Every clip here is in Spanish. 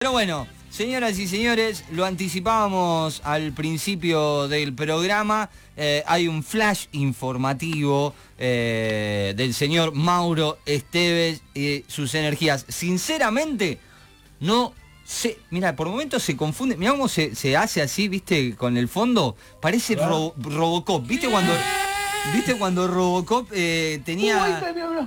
Pero bueno, señoras y señores, lo anticipábamos al principio del programa. Hay un flash informativo del señor Mauro Esteves y sus energías. Sinceramente, no sé. Mira, por momentos se confunde. Mira cómo se hace así, ¿viste? Con el fondo. Parece Robocop. ¿Viste cuando Robocop tenía...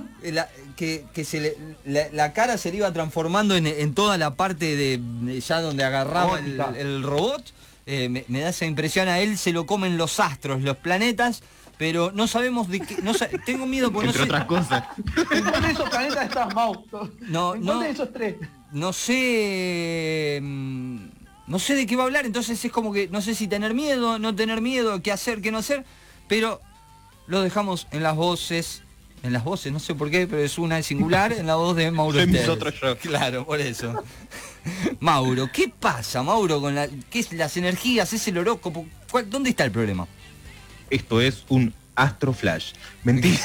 la cara se le iba transformando en toda la parte de ya donde agarraba el robot. Me da esa impresión. A él se lo comen los astros, los planetas, pero no sabemos de qué. Tengo miedo porque entre otras cosas. ¿En cuál de esos planetas estás, Mau? No, ¿En cuál de esos tres? No sé de qué va a hablar, entonces es como que no sé si tener miedo, no tener miedo, qué hacer, qué no hacer, pero lo dejamos en las voces. En las voces, no sé por qué, pero es una singular, en la voz de Mauro Esteves. Otro yo. Claro, por eso. Mauro, ¿qué pasa, Mauro, con qué es las energías, es el horóscopo? ¿Dónde está el problema? Esto es un astroflash. Mentira.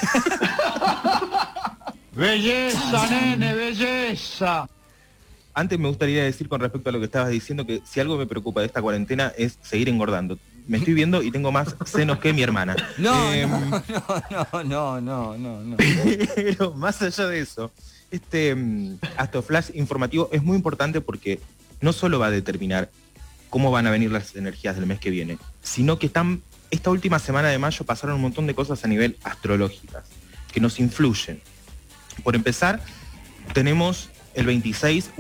¡Belleza, nene, belleza! Antes me gustaría decir con respecto a lo que estabas diciendo que si algo me preocupa de esta cuarentena es seguir engordando. Me estoy viendo y tengo más senos que mi hermana. No. Pero más allá de eso, este astroflash informativo es muy importante porque no solo va a determinar cómo van a venir las energías del mes que viene, sino que esta última semana de mayo pasaron un montón de cosas a nivel astrológicas que nos influyen. Por empezar, tenemos el 26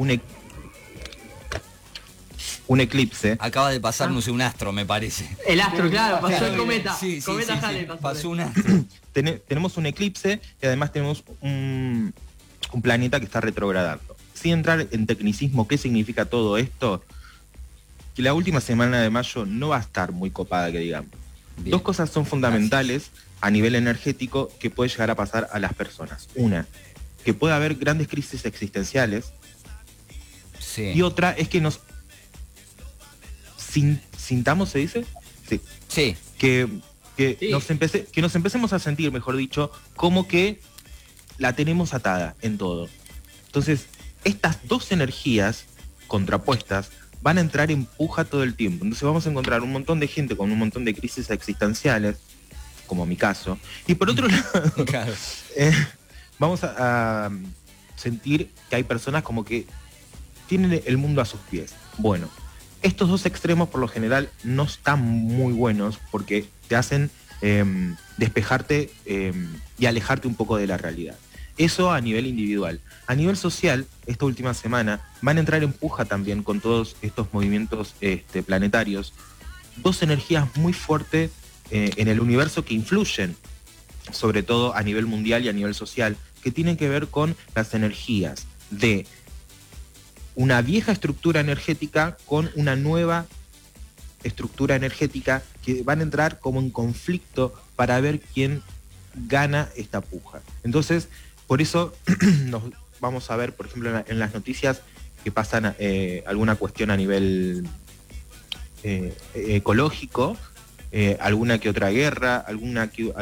un eclipse. Acaba de pasarnos un astro, me parece. El astro, claro, pasó el cometa. Sí, Cometa Halley pasó un astro. Tenemos un eclipse y además tenemos un planeta que está retrogradando. Sin entrar en tecnicismo, ¿qué significa todo esto? Que la última semana de mayo no va a estar muy copada, que digamos. Bien. Dos cosas son fundamentales a nivel energético que puede llegar a pasar a las personas. Una, que puede haber grandes crisis existenciales. Sí. Y otra es que nos sintamos, ¿se dice? Sí. Sí. Que Sí. nos empecemos a sentir, mejor dicho, como que la tenemos atada en todo. Entonces, estas dos energías contrapuestas van a entrar en puja todo el tiempo. Entonces vamos a encontrar un montón de gente con un montón de crisis existenciales, como mi caso. Y por otro lado, claro. Vamos a sentir que hay personas como que tienen el mundo a sus pies. Bueno, estos dos extremos por lo general no están muy buenos porque te hacen despejarte y alejarte un poco de la realidad. Eso a nivel individual. A nivel social, esta última semana van a entrar en puja también con todos estos movimientos planetarios. Dos energías muy fuertes en el universo que influyen, sobre todo a nivel mundial y a nivel social, que tienen que ver con las energías de una vieja estructura energética con una nueva estructura energética que van a entrar como en conflicto para ver quién gana esta puja. Entonces, por eso nos vamos a ver, por ejemplo, en las noticias que pasan alguna cuestión a nivel ecológico, alguna que otra guerra, alguna que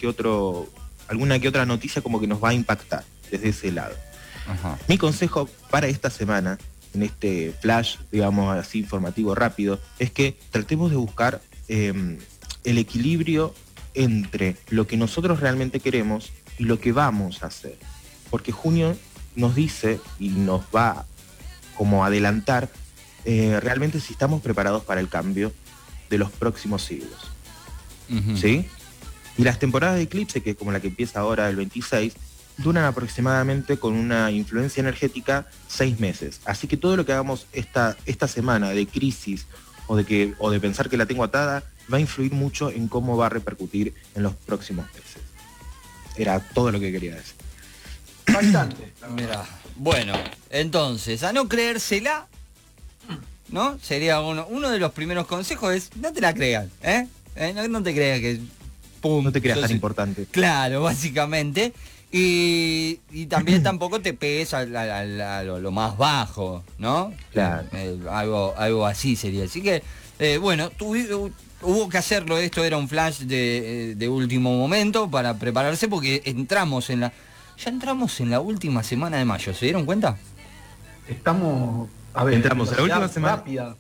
otra noticia como que nos va a impactar desde ese lado. Ajá. Mi consejo para esta semana, en este flash, digamos así, informativo rápido, es que tratemos de buscar el equilibrio entre lo que nosotros realmente queremos y lo que vamos a hacer. Porque junio nos dice y nos va como a adelantar realmente si estamos preparados para el cambio de los próximos siglos. Uh-huh. ¿Sí? Y las temporadas de eclipse, que es como la que empieza ahora el 26, duran aproximadamente con una influencia energética 6 meses. Así que todo lo que hagamos esta semana de crisis o de pensar que la tengo atada, va a influir mucho en cómo va a repercutir en los próximos meses. Era todo lo que quería decir. Bastante. Mira, bueno, entonces, a no creérsela, ¿no? Sería uno de los primeros consejos es, no te la creas, ¿eh? No te creas que... Pum, No te creas tan importante. Claro, básicamente. Y también tampoco te pegues a lo más bajo, ¿no? Claro. Algo así sería. Así que, bueno, hubo que hacerlo. Esto era un flash de último momento para prepararse porque ya entramos en la última semana de mayo. ¿Se dieron cuenta? Estamos A ver, Entramos en la última semana. rápida.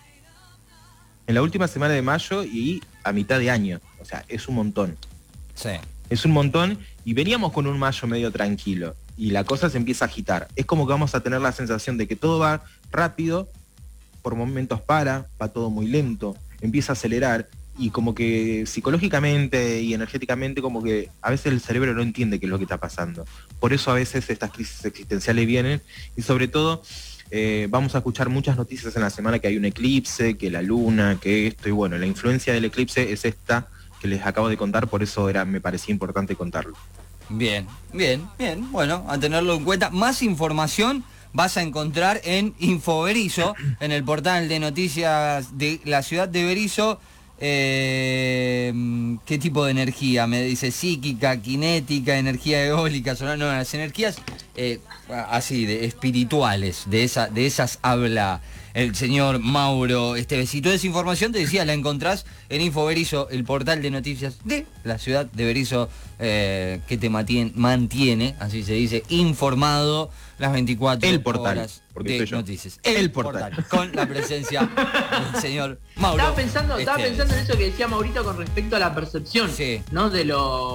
En la última semana de mayo y a mitad de año. O sea, es un montón. Sí. Es un montón y veníamos con un mayo medio tranquilo y la cosa se empieza a agitar. Es como que vamos a tener la sensación de que todo va rápido, por momentos va todo muy lento, empieza a acelerar y como que psicológicamente y energéticamente como que a veces el cerebro no entiende qué es lo que está pasando. Por eso a veces estas crisis existenciales vienen y sobre todo vamos a escuchar muchas noticias en la semana que hay un eclipse, que la luna, que esto y bueno, la influencia del eclipse es esta que les acabo de contar, por eso me parecía importante contarlo. Bien. Bueno, a tenerlo en cuenta. Más información vas a encontrar en Infoberizo, en el portal de noticias de la ciudad de Berizo. ¿Qué tipo de energía? Me dice psíquica, cinética, energía eólica, solar. No, las energías así, espirituales, de esas habla el señor Mauro Esteves. Y toda esa información, te decía, la encontrás en Infoberizo, el portal de noticias de la ciudad de Berizo, que te mantiene, así se dice, informado las 24 el portal, horas porque de soy yo. noticias. El portal. Con la presencia del señor Mauro Estaba pensando Esteves. en eso que decía Maurito con respecto a la percepción, Sí. ¿no? De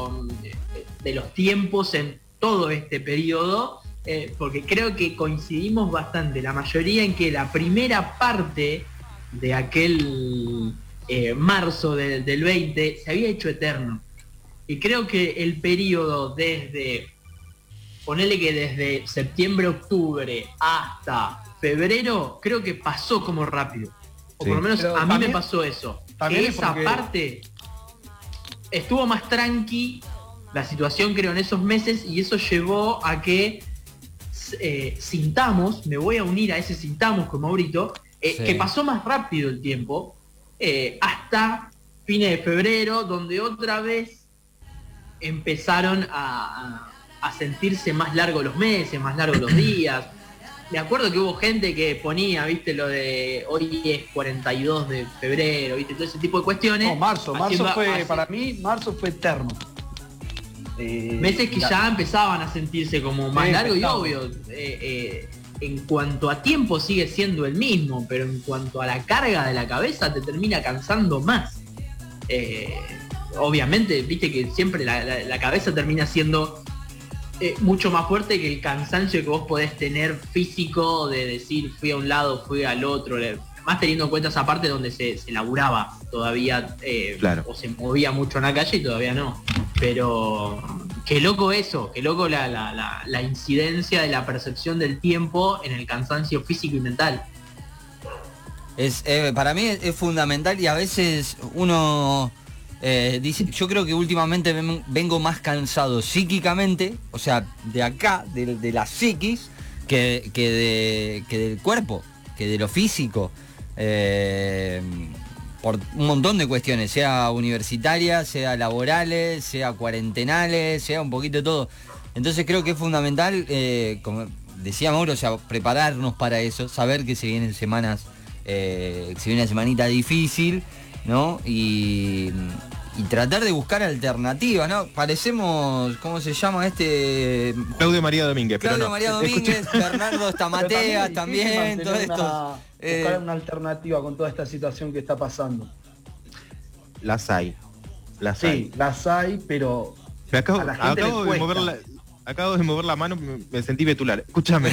los tiempos en todo este periodo, porque creo que coincidimos bastante, la mayoría, en que la primera parte de aquel marzo del 20 se había hecho eterno. Y creo que el periodo ponele que desde septiembre, octubre hasta febrero, creo que pasó como rápido. O Sí. por lo menos Pero a mí también- me pasó eso. también Que es esa porque- parte estuvo más tranqui la situación, creo, en esos meses, y eso llevó a que sintamos, me voy a unir a ese sintamos con Maurito, Sí. que pasó más rápido el tiempo, hasta fines de febrero, donde otra vez empezaron a sentirse más largos los meses, más largos los días. Me acuerdo que hubo gente que ponía, viste, lo de hoy es 42 de febrero, viste, todo ese tipo de cuestiones. No, marzo Haciendo- fue, hace- para mí, marzo fue eterno. meses que ya empezaban a sentirse como más Sí, largos y pesado. obvio. En cuanto a tiempo sigue siendo el mismo, pero en cuanto a la carga de la cabeza te termina cansando más. Obviamente, viste que siempre la cabeza termina siendo mucho más fuerte que el cansancio que vos podés tener físico de decir fui a un lado, fui al otro. Más teniendo en cuenta esa parte donde se laburaba todavía, Claro. o se movía mucho en la calle y todavía no. Pero qué loco eso, qué loco la incidencia de la percepción del tiempo en el cansancio físico y mental. Para mí es fundamental, y a veces uno dice, yo creo que últimamente vengo más cansado psíquicamente, o sea, de acá, de la psiquis, que del cuerpo, que de lo físico. Por un montón de cuestiones, sea universitarias, sea laborales, sea cuarentenales, sea un poquito de todo. Entonces creo que es fundamental, como decía Mauro, o sea, prepararnos para eso, saber que se vienen semanas, se viene una semanita difícil, ¿no? Y tratar de buscar alternativas, ¿no? Parecemos, ¿cómo se llama este? Claudio María Domínguez, pero Claudio no. María Domínguez, Bernardo Estamateas también, todo esto. Buscar una alternativa con toda esta situación que está pasando. Las hay. Las Sí, hay. las hay, pero Me acabo, a la gente acabo le de cuesta. acabo de mover la mano, me sentí betular. Escúchame.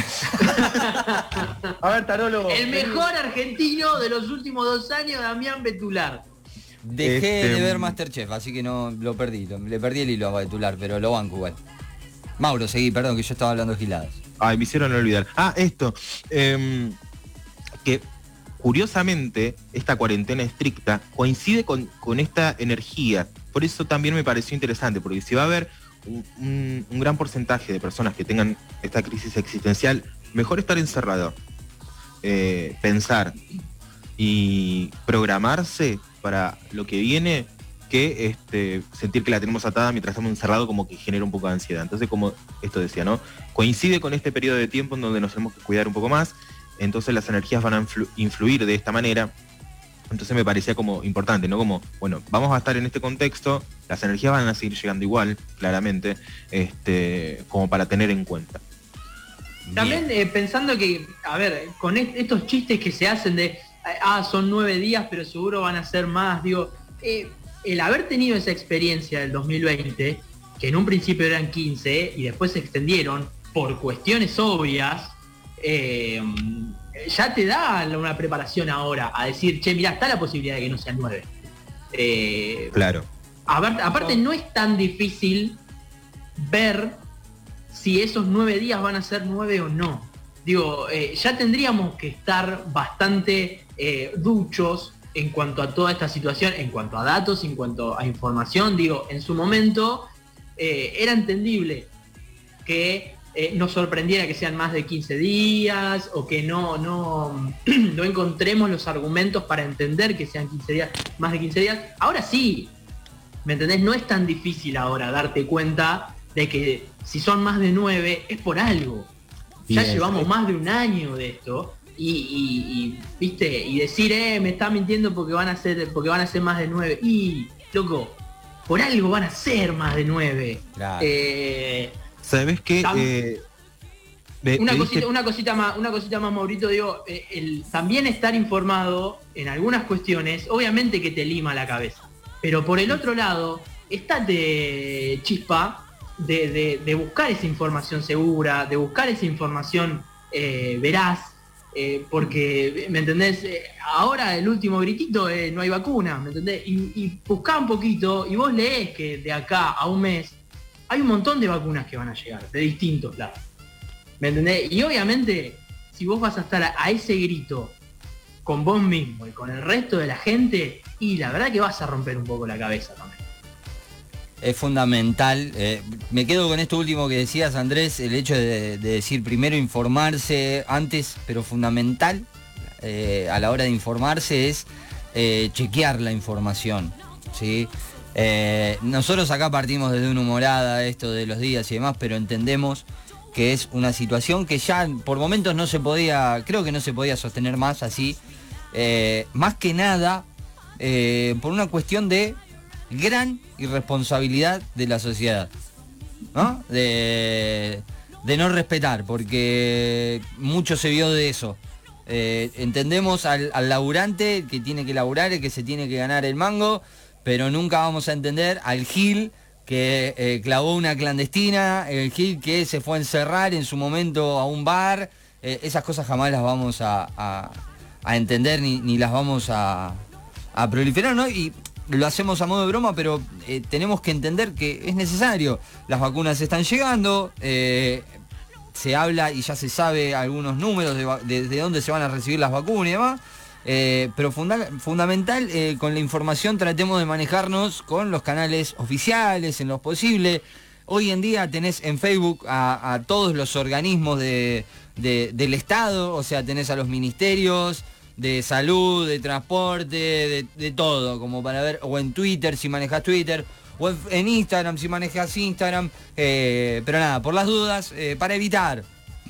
A ver, Tarolo. El mejor argentino de los últimos 2 años, Damián Betular. Dejé de ver Masterchef, así que no lo perdí, le perdí el hilo a Betular, pero lo banco igual. Mauro, seguí, perdón, que yo estaba hablando giladas. Ay, me hicieron olvidar. Esto. Que curiosamente esta cuarentena estricta coincide con esta energía. Por eso también me pareció interesante, porque si va a haber un gran porcentaje de personas que tengan esta crisis existencial, mejor estar encerrado, pensar y programarse para lo que viene, que sentir que la tenemos atada mientras estamos encerrados, como que genera un poco de ansiedad. Entonces, como esto decía, ¿no? Coincide con este periodo de tiempo en donde nos tenemos que cuidar un poco más, entonces las energías van a influir de esta manera. Entonces me parecía como importante, ¿no? Como, bueno, vamos a estar en este contexto, las energías van a seguir llegando igual, claramente, como para tener en cuenta. También pensando que, a ver, con estos chistes que se hacen de, son 9 días, pero seguro van a ser más, digo, el haber tenido esa experiencia del 2020, que en un principio eran 15 y después se extendieron por cuestiones obvias, ya te da una preparación ahora a decir, che, mirá, está la posibilidad de que no sean 9. Claro. Aparte no es tan difícil ver si esos 9 días van a ser 9 o no. Digo, ya tendríamos que estar bastante duchos en cuanto a toda esta situación, en cuanto a datos, en cuanto a información. Digo, en su momento era entendible que nos sorprendiera que sean más de 15 días o que no encontremos los argumentos para entender que sean 15 días, más de 15 días. Ahora sí, ¿me entendés? No es tan difícil ahora darte cuenta de que si son más de 9 es por algo. Ya llevamos más de un año de esto y viste, y decir me está mintiendo porque van a ser más de 9. Y loco, por algo van a ser más de 9. Claro. ¿Sabes qué? Una cosita más, Maurito, digo, también estar informado en algunas cuestiones, obviamente que te lima la cabeza. Pero por el otro lado, estate chispa de buscar esa información segura, de buscar esa información veraz, porque, ¿me entendés? Ahora el último gritito no hay vacuna, ¿me entendés? Y buscá un poquito y vos leés que de acá a un mes hay un montón de vacunas que van a llegar, de distintos lados. ¿Me entendés? Y obviamente, si vos vas a estar a ese grito con vos mismo y con el resto de la gente, y la verdad que vas a romper un poco la cabeza también. Es fundamental, me quedo con esto último que decías, Andrés, el hecho de decir primero informarse antes, pero fundamental a la hora de informarse es chequear la información, ¿sí? Nosotros acá partimos desde una humorada, esto de los días y demás, pero entendemos que es una situación que ya por momentos creo que no se podía sostener más así, más que nada por una cuestión de gran irresponsabilidad de la sociedad, ¿no? De no respetar, porque mucho se vio de eso. Entendemos al laburante que tiene que laburar, el que se tiene que ganar el mango, pero nunca vamos a entender al gil que clavó una clandestina, el gil que se fue a encerrar en su momento a un bar. Esas cosas jamás las vamos a entender ni las vamos a proliferar, ¿no? Y lo hacemos a modo de broma, pero tenemos que entender que es necesario. Las vacunas están llegando, se habla y ya se sabe algunos números de dónde se van a recibir las vacunas y demás. Pero fundamental, con la información tratemos de manejarnos con los canales oficiales en lo posible. Hoy en día tenés en Facebook a todos los organismos del Estado, o sea, tenés a los ministerios de salud, de transporte, de todo, como para ver, o en Twitter si manejas Twitter, o en Instagram si manejas Instagram, pero nada, por las dudas, para evitar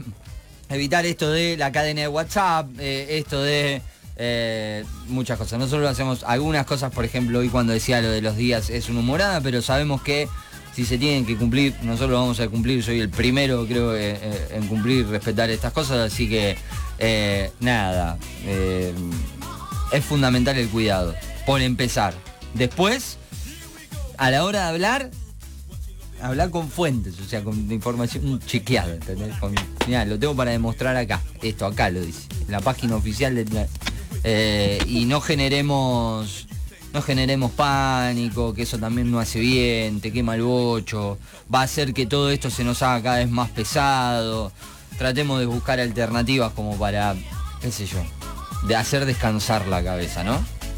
esto de la cadena de WhatsApp, esto de muchas cosas. Nosotros hacemos algunas cosas, por ejemplo, hoy cuando decía lo de los días es una humorada, pero sabemos que si se tienen que cumplir, nosotros lo vamos a cumplir. Soy el primero, creo, en cumplir, respetar estas cosas, así que nada, es fundamental el cuidado, por empezar. Después, a la hora de hablar con fuentes, o sea, con información chequeada, ¿entendés? Mirá, lo tengo para demostrar acá, acá lo dice, en la página oficial y no generemos pánico, que eso también no hace bien, te quema el bocho, va a hacer que todo esto se nos haga cada vez más pesado. Tratemos de buscar alternativas como para, qué sé yo, de hacer descansar la cabeza, ¿no?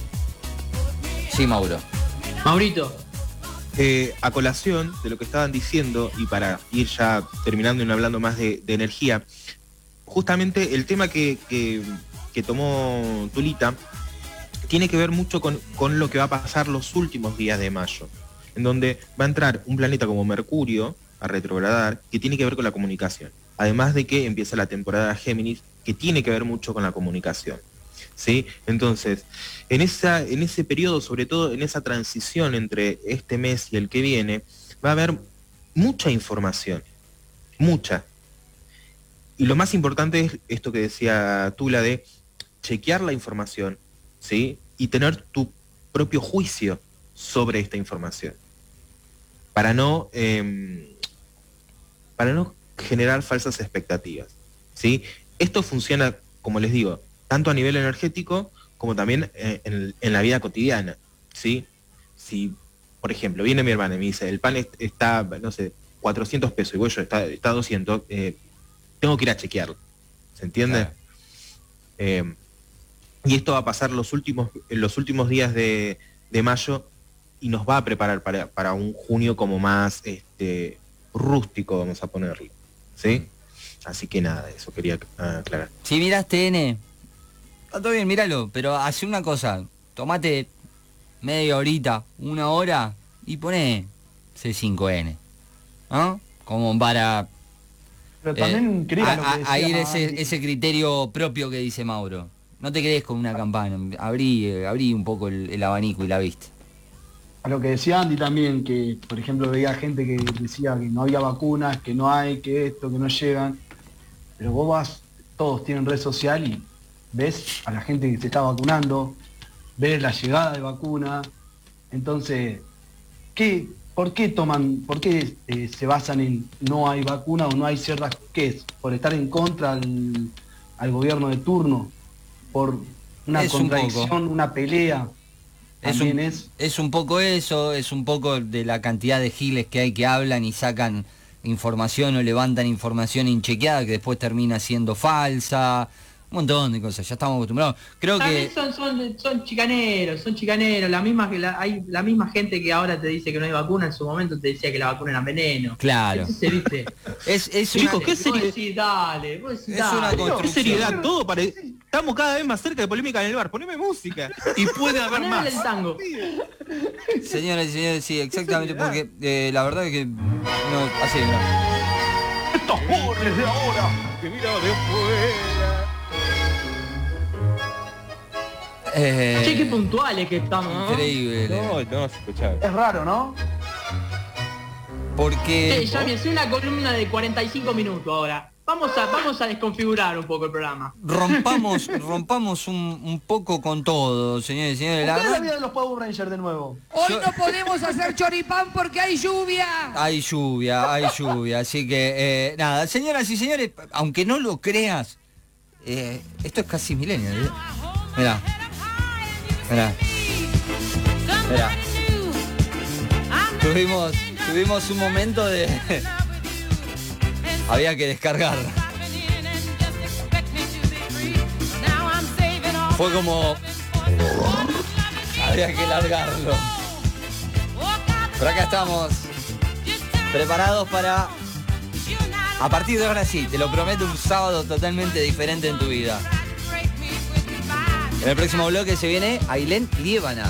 Sí, Mauro. Maurito. A colación de lo que estaban diciendo, y para ir ya terminando y no hablando más de energía, justamente el tema que tomó Tulita tiene que ver mucho con lo que va a pasar los últimos días de mayo, en donde va a entrar un planeta como Mercurio a retrogradar, que tiene que ver con la comunicación. Además de que empieza la temporada Géminis, que tiene que ver mucho con la comunicación, ¿sí? Entonces, en ese periodo, sobre todo en esa transición entre este mes y el que viene, va a haber mucha información, mucha. Y lo más importante es esto que decía Tula, de chequear la información, ¿sí? Y tener tu propio juicio sobre esta información. Para no generar falsas expectativas, ¿sí? Esto funciona, como les digo, tanto a nivel energético como también en la vida cotidiana, ¿sí? Si, por ejemplo, viene mi hermana y me dice, el pan está, no sé, 400 pesos, y voy yo, está 200, tengo que ir a chequearlo, ¿se entiende? Claro. Y esto va a pasar en los últimos días de mayo, y nos va a preparar para un junio como más rústico, vamos a ponerlo, ¿sí? Así que nada, eso quería aclarar. Si mirás TN, está todo bien, míralo, pero hace una cosa, tomate media horita, una hora, y poné C5N, ¿no? Como para Pero también a ir ese criterio propio que dice Mauro. No te quedes con una campana, abrí un poco el abanico y la viste. A lo que decía Andy también, que por ejemplo veía gente que decía que no había vacunas, que no hay, que esto, que no llegan. Pero vos vas, todos tienen red social y ves a la gente que se está vacunando, ves la llegada de vacuna. Entonces, ¿por qué se basan en no hay vacuna o no hay ciertas, qué es? ¿Por estar en contra al gobierno de turno? ¿Por una contradicción, una pelea? Es un poco eso, es un poco de la cantidad de giles que hay que hablan y sacan información o levantan información inchequeada que después termina siendo falsa, un montón de cosas, ya estamos acostumbrados. Creo también que son chicaneros, hay la misma gente que ahora te dice que no hay vacuna, en su momento te decía que la vacuna era veneno. Claro. Entonces, ¿viste? Chicos, ¿qué seriedad? Vos decís, ¿Qué seriedad? Todo parece... Estamos cada vez más cerca de polémica en el bar. Poneme música. Y puede haber más. El tango. Señoras y señores, sí, exactamente, porque la verdad es que no, así no. Estos pobres de ahora que mira de fuera. Che, qué puntuales que estamos. Increíble. No, se escuchaba. Es raro, ¿no? Porque ya me hice una columna de 45 minutos ahora. Vamos a desconfigurar un poco el programa. Rompamos un poco con todo, señores y señores. ¿Qué es la vida de los Power Rangers de nuevo? Hoy no podemos hacer choripán porque hay lluvia. Hay lluvia, así que nada, señoras y señores, aunque no lo creas, esto es casi milenio. Mirá. Tuvimos un momento de... Había que descargar. Fue como... Había que largarlo. Pero acá estamos, preparados para... A partir de ahora sí, te lo prometo, un sábado totalmente diferente en tu vida. En el próximo bloque se viene Ailén Liébana.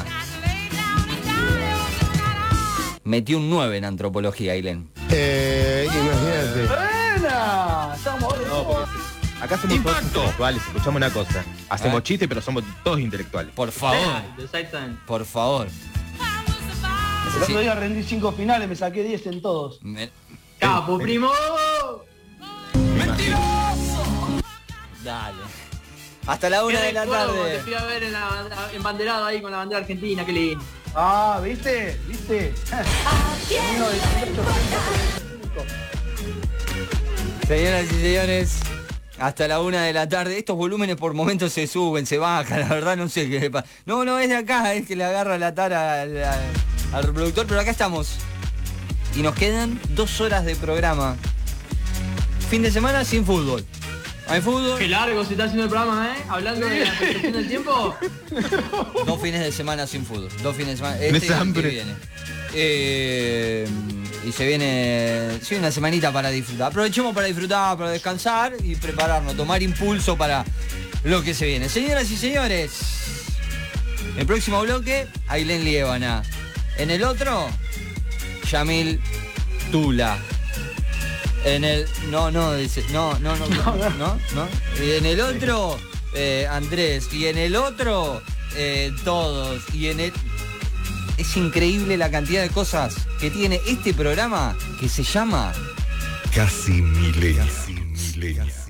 Metió un 9 en antropología, Ailén. Imagínate. No, acá somos todos intelectuales, escuchamos una cosa. Hacemos chistes, pero somos todos intelectuales. Por favor. Por favor. El otro día rendí 5 finales, me saqué 10 en todos. ¡Capo, primo! ¡Mentiroso! Dale. Hasta la 1 de la tarde. Te fui a ver embanderado ahí con la bandera argentina, qué lindo. Ah, ¿viste? Señoras y señores, hasta la 1 de la tarde. Estos volúmenes por momentos se suben, se bajan, la verdad no sé qué le pasa. No, es de acá, es que le agarra la tara al reproductor, pero acá estamos. Y nos quedan 2 horas de programa. Fin de semana sin fútbol. ¿Hay fútbol? Qué largo se está haciendo el programa, ¿eh? Hablando de la percepción del tiempo. 2 fines de semana sin fútbol. 2 fines de semana. Este viene. Y se viene una semanita para disfrutar. Aprovechemos para disfrutar, para descansar y prepararnos, tomar impulso para lo que se viene. Señoras y señores, el próximo bloque, Ailén Liébana. En el otro, Yamil Tula. En el... No. Y en el otro, Andrés. Y en el otro, todos. Y en el... Es increíble la cantidad de cosas que tiene este programa que se llama... Casi Milenio.